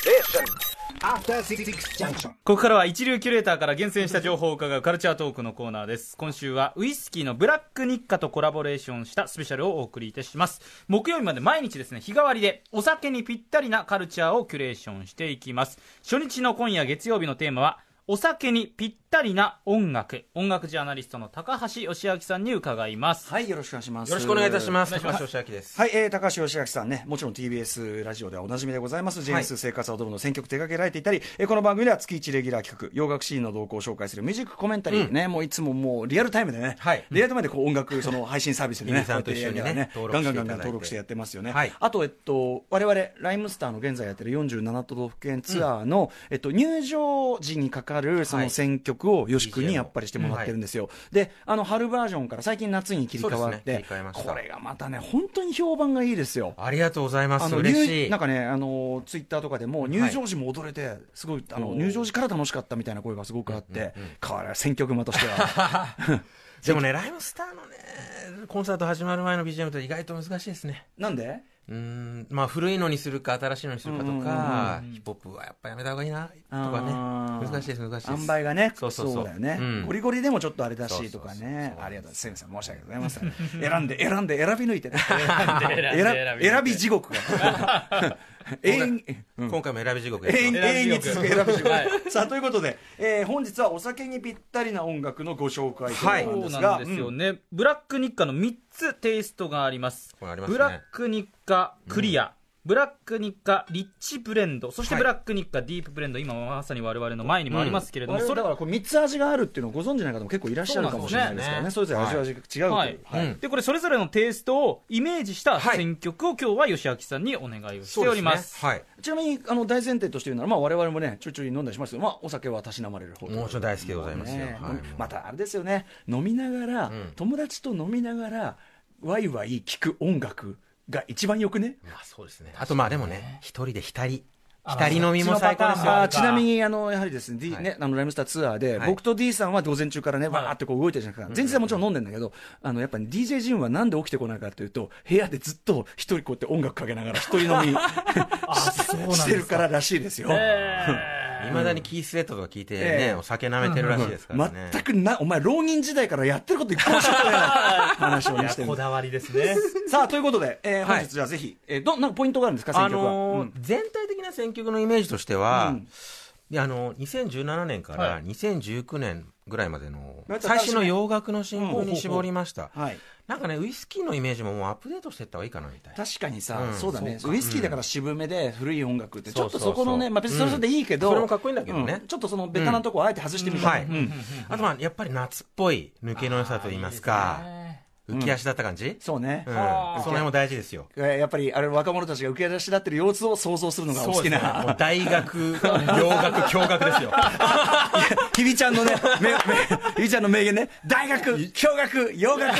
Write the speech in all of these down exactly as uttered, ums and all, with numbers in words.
ここからは一流キュレーターから厳選した情報を伺うカルチャートークのコーナーです。今週はウイスキーのブラックニッカとコラボレーションしたスペシャルをお送りいたします。木曜日まで毎日ですね、日替わりでお酒にぴったりなカルチャーをキュレーションしていきます。初日の今夜月曜日のテーマはお酒にぴったりな音楽。音楽ジャーナリストの高橋義明さんに伺います。 はい、よろしくお願いします。 よろしくお願いいたします。 高橋義明です。 はい、えー、高橋義明さんね、もちろん ティービーエス ラジオではおなじみでございます。ジェーエス 生活は踊るの選曲手掛けられていたり、えー、この番組では月いちレギュラー企画、洋楽シーンの動向を紹介するミュージックコメンタリーね、うん、もういつももうリアルタイムでね、はい、リアルタイムでこう音楽その配信サービスでね、 さんと一緒にね、 ガンガンガンガン登録してやってますよね。 はい、 あとえっと我々ライムスターの現在やってるよんじゅうなな都道府県ツアーの、うん、えっと入場時にかかるその選曲をよし君にやっぱりしてもらってるんですよ。はい、で、あの春バージョンから最近夏に切り替わって、ね、これがまたね本当に評判がいいですよ。 ありがとうございます。あの嬉しい。 なんかね、あのツイッターとかでも入場時も踊れて、はい、すごいあの入場時から楽しかったみたいな声がすごくあって、うんうんうん、これは選曲馬としてはでもね、ライムスターのねコンサート始まる前の ビージーエム って意外と難しいですね。 なんで？ うーん、まあ古いのにするか新しいのにするかとか、ヒップホップはやっぱやめた方がいいなとかね、難しいです難しいです。 塩梅がね、 そうそうそう、 そうだよね、うん、ゴリゴリでもちょっとあれだしとかね。ありがとう、すみません、申し訳ございません選んで選んで選び抜いてね選び地獄が今回も選び地獄永遠に続く選び地獄、はい、さあということで、えー、本日はお酒にぴったりな音楽のご紹介ということなんですが、 はい、そうなんですよね、うん、ブラックニッカのみっつテイストがあります。 これありますね、 ブラックニッカクリア、うん、ブラックニッカリッチブレンド、そしてブラックニッカディープブレンド、はい、今まさに我々の前にもありますけれども、 うん、それだからこれみっつ味があるっていうのをご存知ない方も結構いらっしゃるかもしれないですからね。それぞれ味は違うという、 はいはい、でこれそれぞれのテイストをイメージした選曲を今日は吉明さんにお願いをしております。 はい、ちなみにあの大前提として言うなら、まあ、我々もねちょいちょい飲んだりしますけど、まあ、お酒はたしなまれる方もちろん大好きでございますよ、ね、はい、 またあれですよね、飲みながら、うん、友達と飲みながらワイワイ聴く音楽が一番よくね。 まあそうですね。あとまあでもね、一人で浸り浸り飲みも最高ですよ。 ちなみにあのやはりですね、D ね、あのライムスターツアーで、はい、僕と D さんは午前中からねわーってこう動いてるじゃないですか。前日はもちろん飲んでんだけど、あのやっぱり ディージェー ジンはなんで起きてこないかというと、部屋でずっと一人こうやって音楽かけながら一人飲みしてるかららしいですよ。 いまだにキースレットとか聞いてね、えー、お酒舐めてるらしいですからね。 全くな、お前浪人時代からやってることいっぱいおっしゃったような話をしてる。 こだわりですね。 さあということで、えー、本日じゃあぜひ、えー、どなんかポイントがあるんですか、選曲は。 あのーうん、全体的な選曲のイメージとしては、うん、であのにせんじゅうななねんからにせんじゅうきゅうねんぐらいまでの最新の洋楽の新譜に絞りました。なんかね、ウイスキーのイメージももうアップデートしていった方がいいかなみたいな。 確かにさ、うん、そうだね、ウイスキーだから渋めで古い音楽ってちょっとそこのね、まあ、別にそれそれでいいけど、 うん、それもかっこいいんだけどね、 うん、ちょっとそのベタなとこをあえて外してみたい、 うんはいうん、あとまあやっぱり夏っぽい抜けの良さといいますか、浮き足だった感じ、うん、 そうね、 うん、その辺も大事ですよ。 やっぱりあれ若者たちが浮き足立ってる様子を想像するのがお好きな、 ね、もう大学洋楽共学ですよ。 ひびちゃんのねめめひびちゃんの名言ね、大学共学洋楽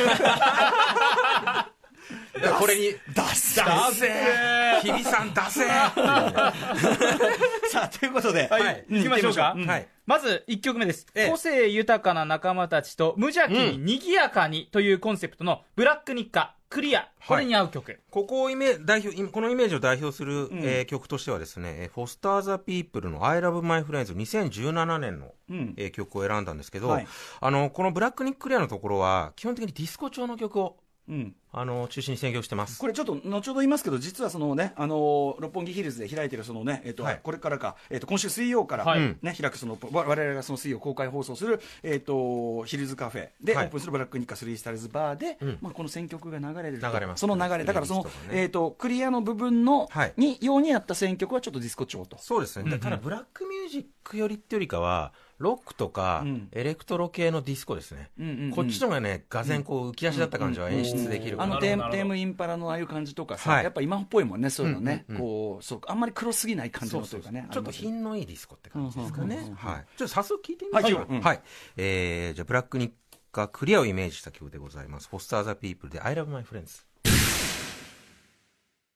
これに出せ出せ日比さん出せさあということで、 はい、行きましょうか、うん、はい、まずいっきょくめです、ええ、個性豊かな仲間たちと無邪気に賑やかにというコンセプトのブラックニッカクリア、これに合う曲、はい、 ここをイメ代表このイメージを代表する、うんえー、曲としてはですね、フォスター・ザ・ピープルの I Love My Friends にせんじゅうななねんの、うんえー、曲を選んだんですけど、はい、あのこのブラックニッククリアのところは基本的にディスコ調の曲をうん、あの中心に選曲してます。 これちょっと後ほど言いますけど、実はそのね、あの六本木ヒルズで開いてるそのね、えっと、はい、これからか、えっと今週水曜からね、はい、開くその我々がその水曜公開放送するえっとヒルズカフェでオープンするブラックニッカスリースタイルズバーで、うんまあこの選曲が流れる流れます。 その流れだからその、ね、えっとクリアの部分の、はい、にようにやった選曲はちょっとディスコ調と。 そうですね。うんうん、ただブラックミュージックよりってよりかは。ロックとかエレクトロ系のディスコですね、うんうんうん、こっちのがねがぜんこう浮き足だった感じは演出できるかな、 あのテームインパラのああいう感じとかさ、はい、やっぱ今っぽいもんね、そういうのね、うんうんうん、こうそうあんまり黒すぎない感じのというかね、 そうそうそうちょっと品のいいディスコって感じですかね、うんうんうんうん、はい、ちょっと早速聞いてみましょう、はいうんはいえー、じゃあブラックニッカクリアをイメージした曲でございます。フォスター・ザ・ピープルで I Love My Friends。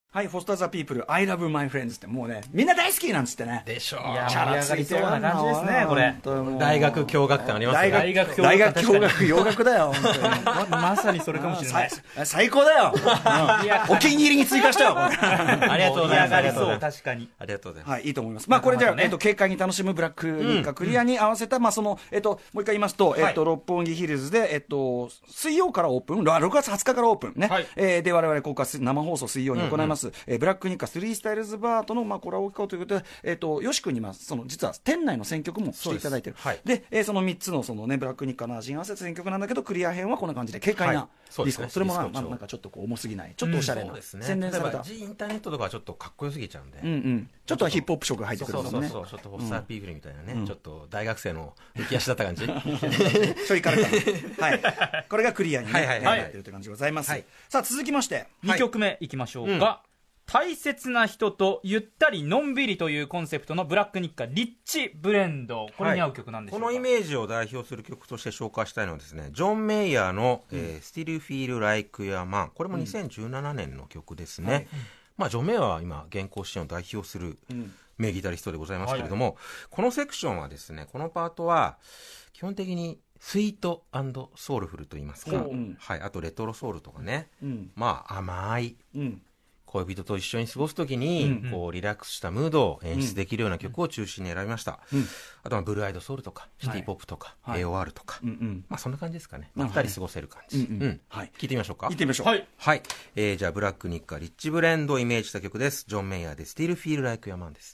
はい、フォスターザピープル、I love my friends ってもうね、みんな大好きなんつってね。 でしょう。 いや、盛り上がりそうな感じですね、これ。 大学共学感ありますね。 大学共学、大学共学、洋楽だよ、本当に。 ま, まさにそれかもしれない。 最高だよ、うん、お気に入りに追加したよ、これ。 ありがとうございます。盛り上がりそう、確かに。 ありがとうございます。 はい、いいと思います。まあ、これじゃあ、ね、えっと、軽快に楽しむブラック日課クリアに合わせた、うん、まあ、その、えっと、もう一回言いますと、はい、えっと、六本木ヒルズで、えっと、水曜からオープン、ろくがつはつかからオープンね。はい、えー、で、我々、ここから生放送水曜に行います、うんうん、えー、ブラック日課スリースタイルズバーとの、まあ、コラボ企画ということで、えっと、よし君に、まあ、その、実は、店内の選曲もしていただいてる。はい、で、えー、そのみっつの、そのね、ブラック日課の味に合わせた選曲なんだけど、クリア編はこんな感じで、軽快な、はい、ディスコ。そ, ね、それもな、まあ、なんかちょっとこう、重すぎない。ちょっとおしゃれな。うん、そうですね。洗練された。 G インターネットとかはちょっとかっこよすぎちゃうんで。 うんうん。ちょっとヒップホップ色が入ってくるんですね。 そうそうそう。ちょっとホスターピーグルみたいなね、うん、ちょっと大学生の浮き足だった感じ。ちょい軽かはい。これがクリアにね、はいはいはい、やってるという感じでございます。はい、さあ、続きまして。 にきょくめいきましょうか。うん、大切な人とゆったりのんびりというコンセプトのブラック日課リッチブレンド、これに合う曲なんでしょうか。 はい、このイメージを代表する曲として紹介したいのはですね、ジョン・メイヤーの、うん、えー、Still Feel Like Your Man、 これもにせんじゅうななねんの曲ですね。うん、はい、まあ、ジョン・メイヤーは今現行シーンを代表する名ギタリストでございますけれども、はい、このセクションはですね、このパートは基本的にスイート&ソウルフルといいますか、うん、はい、あとレトロソウルとかね、うん、まあ甘い、うん、恋人と一緒に過ごすときに、うんうん、こうリラックスしたムードを演出できるような曲を中心に選びました。うん、あとはブルーアイドソウルとかシティポップとか、はい、エーオーアール とか、うんうん、まあそんな感じですかね。まったり過ごせる感じ。うんうん、はい、聞いてみましょうか。 聞いてみましょう。はい、 はい、えー、じゃあブラック日課リッチブレンドをイメージした曲です。ジョン・メイヤーで Still Feel Like Your Man です。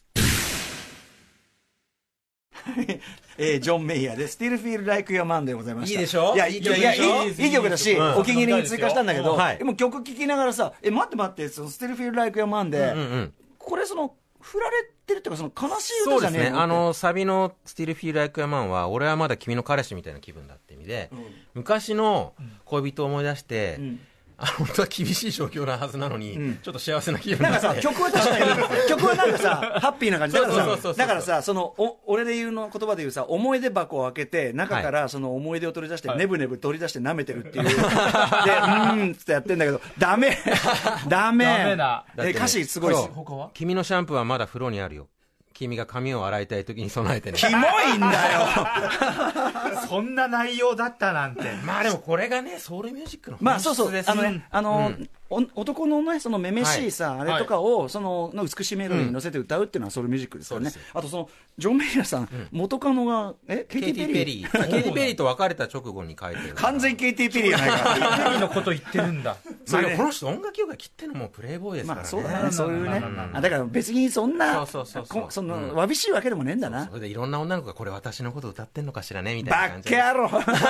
えー、ジョン・メイヤーで Still Feel Like Your Man でございました。 いいでしょ。 いや、いい曲だし、いい曲だし、うん、お気に入りに追加したんだけど、はい、でも曲聴きながらさ、え、待って待って、その Still Feel Like Your Man で、うんうんうん、これその振られてるっていうか、その悲しい歌じゃねえの。そうですね、 あのサビの Still Feel Like Your Man は俺はまだ君の彼氏みたいな気分だって意味で、うん、昔の恋人を思い出して、うん、あ本当は厳しい状況なはずなのに、うん、ちょっと幸せな気分になって、 なんかさ、曲は確かに曲はなんかさハッピーな感じだからさ、だからさ、そのお俺で言うの言葉で言うさ、思い出箱を開けて中からその思い出を取り出して、はい、ネブネブ取り出して舐めてるっていう、はい、でうーんっつってやってんだけど、ダメダメダメだ。え、歌詞すごいし、 他は君のシャンプーはまだ風呂にあるよ、君が髪を洗いたい時に備えてね。 キモいんだよそんな内容だったなんて。 まあでもこれがね、ソウルミュージックの本質です。まあそうそう、あのね、あの、うん、男のね、そのめめしいさ、はい、あれとかを、そのの美しいメロディーに乗せて歌うっていうのはソウルミュージックですからね。うん、あとそのジョン・メイヤーさん、うん、元カノがえケイティ・ペリー、 ケイティ・ペリーと別れた直後に書いてる。 完全ケイティ・ペリーやないか。 ケイティ・ペリーのこと言ってるんだ。 それこの人音楽業界切ってのもうプレイボーイですからね。まあそうだね、そういうね。あ、だから別にそんな、 そうそうそうそう、 そのわびしいわけでもねえんだな。 そうそう、それでいろんな女の子がこれ私のこと歌ってんのかしらねみたいな感じで。 バッカ野郎。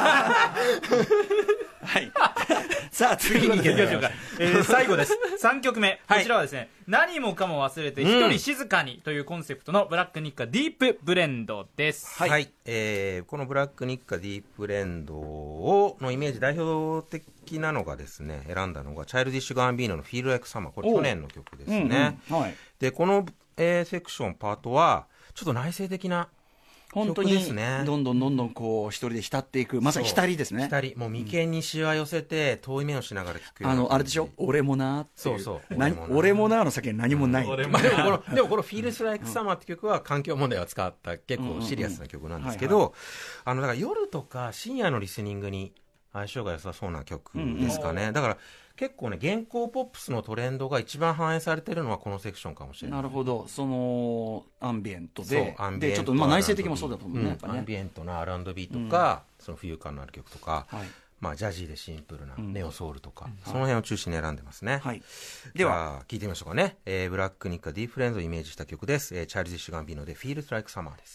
はい。さあ次に行きましょうか。 えー、最後です。さんきょくめ、こちらはですね、はい、何もかも忘れて一人静かにというコンセプトのブラック日課ディープブレンドです。 はい、はい、えー、このブラック日課ディープブレンドをのイメージ代表的なのがですね、選んだのがチャイルディッシュガンビーノのフィールライクサマー、これ去年の曲ですね。うんうん、はい、でこの、えー、セクションパートはちょっと内省的な本当にどんどんどんどんこう一人で浸っていく、まさに浸りですね。 浸り、もう眉間にしわ寄せて遠い目をしながら聞くような、 あのあれでしょ、俺もなーっていう、 そうそう、 俺もなーの先に何もない、 うん、まあ、でもこのでもこのフィールスライクサマーって曲は環境問題を使った結構シリアスな曲なんですけど、あのだから夜とか深夜のリスニングに相性が良さそうな曲ですかね。うんうん、だから結構ね、現行ポップスのトレンドが一番反映されてるのはこのセクションかもしれない。 なるほど、そのアンビエントで、でちょっとまあ内省的もそうだと思うね、うん、やっぱね。 アンビエントな アールアンドビー とか、うん、その浮遊感のある曲とか、はい、まあジャジーでシンプルなネオソウルとか、うん、その辺を中心に選んでますね。はい、では聞いてみましょうかね。えー、ブラック日課ディーフレンズをイメージした曲です。えー、チャイルディッシュガンビーノで Feels Like Summer です。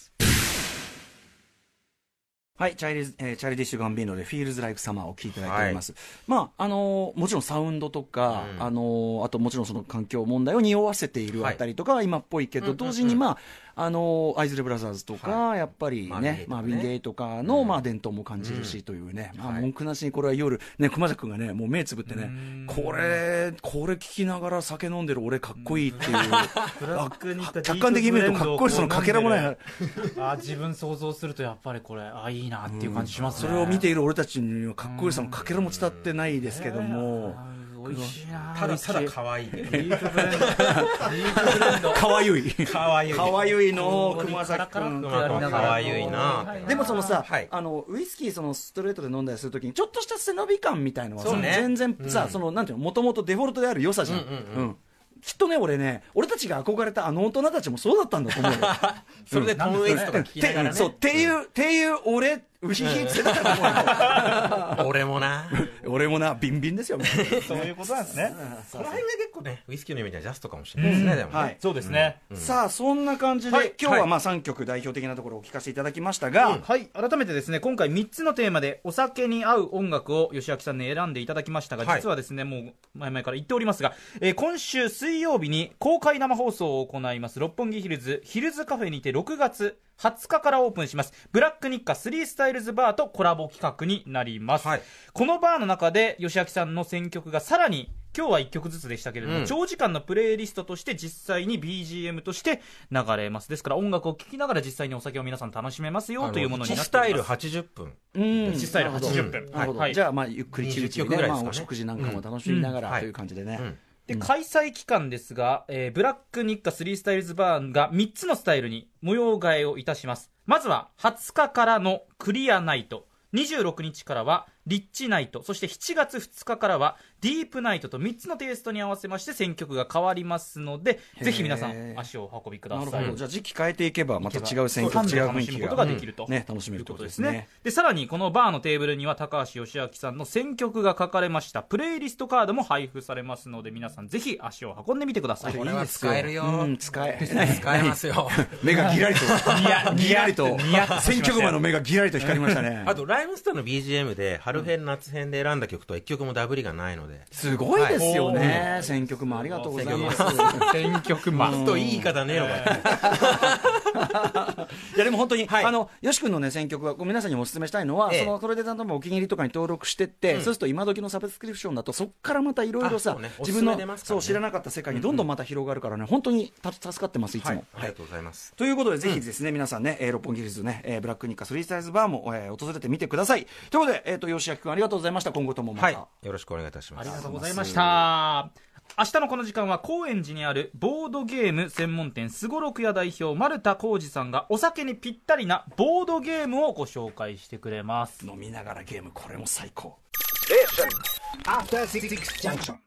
はい、チャイル、えー、チャイルディッシュガンビーノで Feels Like Summer を聴いていただいております。はい、まあ、あのー、もちろんサウンドとか、うん、あのー、あともちろんその環境問題を匂わせているあたりとかは今っぽいけど、はい、同時にまあ、あのー、アイズレブラザーズとか、はい、やっぱりね、マーヴィン・ゲイとかの、うん、まあ、伝統も感じるし、うん、というね、まあ、文句なしにこれは夜、ね、熊崎くんがね、もう目つぶってね、これ、これ聞きながら酒飲んでる俺かっこいいっていう、客観的に見るとかっこいい、そのかけらもない。 あ、自分想像するとやっぱりこれ、あ、いいなっていう感じしますね。 それを見ている俺たちにはかっこよさのかけらも伝ってないですけども、 美味しいな。 ただただ可愛い。 リーフブレンド。リーフブレンド。 かわゆい。 可愛い。 かわゆいの熊崎カラ君。 カラ可愛いな。 でもそのさ、 はい、 あのウイスキーそのストレートで飲んだりするときにちょっとした背伸び感みたいのはさ、 ね、 全然さ、 うん、 そのなんていうの、もともとデフォルトである良さじゃん。うんうんうんうん、きっとね、俺ね、俺たちが憧れたあの大人たちもそうだったんだと思うよ。 それでトム・ウェイツとか聞きながらね。 そう、っていう、っていう俺、ウヒヒってたと思うよ。 俺もな。 俺もな、ビンビンですよ。 そういうことなんですね。 この辺が結構ね、ウイスキーの意味ではジャストかもしれないですね、でもね。 はい、そうですね。 さあ、そんな感じで、今日はまあさんきょく代表的なところをお聞かせいただきましたが、 はい、改めてですね、今回みっつのテーマでお酒に合う音楽を吉明さんに選んでいただきましたが、実はですね、もう前々から言っておりますが、えー、今週水曜日に公開生放送を行います六本木ヒルズヒルズカフェにてろくがつはつかからオープンしますブラックニッカスリースタイルズバーとコラボ企画になります、はい、このバーの中で吉明さんの選曲がさらに今日はいっきょくずつでしたけれども、うん、長時間のプレイリストとして実際に ビージーエム として流れます。ですから音楽を聴きながら実際にお酒を皆さん楽しめますよというものになっています。いちスタイルはちじゅっぷん。 うん、 いちスタイルはちじゅっぷん、 はいはい、じゃあまあゆっくりちびちびね、まあ、お食事なんかも楽しみながら、うん、という感じでね、 うん、で開催期間ですが、えー、ブラックニッカスリースタイルズバーがみっつのスタイルに模様替えをいたします。まずははつかからのクリアナイト、にじゅうろくにちからはリッチナイト、そしてしちがつふつかからはディープナイトとみっつのテイストに合わせまして選曲が変わりますので、ぜひ皆さん足をお運びください。 なるほど。じゃあ時期変えていけばまた違う選曲、違う雰囲気が、 ことができると、 うん、ね、楽しめるということですね。 でさらにこのバーのテーブルには高橋義明さんの選曲が書かれましたプレイリストカードも配布されますので、皆さんぜひ足を運んでみてください。 これは使えるよ。 うん、使え使えますよ。 目がギラリとギラリと選曲マンの目がギラリと光りましたね。 あとライムスターの ビージーエム で春編夏編で選んだ曲といっきょくもダブりがないので、 すごいですよね、はい、選曲マンありがとうございます。 選曲マンといい言い方ねえのかよ。 いやでも本当に、はい、あのよし君のね選曲は皆さんにもお勧めしたいのは、ええ、そのそれで例えばお気に入りとかに登録してって、うん、そうすると今時のサブスクリプションだとそこからまたいろいろさ、ね、自分の、ね、そう知らなかった世界にどんどんまた広がるからね、本当に助かってますいつも、はい、 ありがとうございます。 ということでぜひですね、うん、皆さんね、えー、六本木ヒルズね、えー、ブラックニッカスリースタイルズバーも、えー、訪れてみてください。ということで、えー、と吉明君ありがとうございました。今後ともまた、はい、 よろしくお願いいたします。 ありがとうございました。明日のこの時間は高円寺にあるボードゲーム専門店すごろく屋代表丸田浩二さんがお酒にぴったりなボードゲームをご紹介してくれます。 飲みながらゲーム、これも最高。 After Six Junction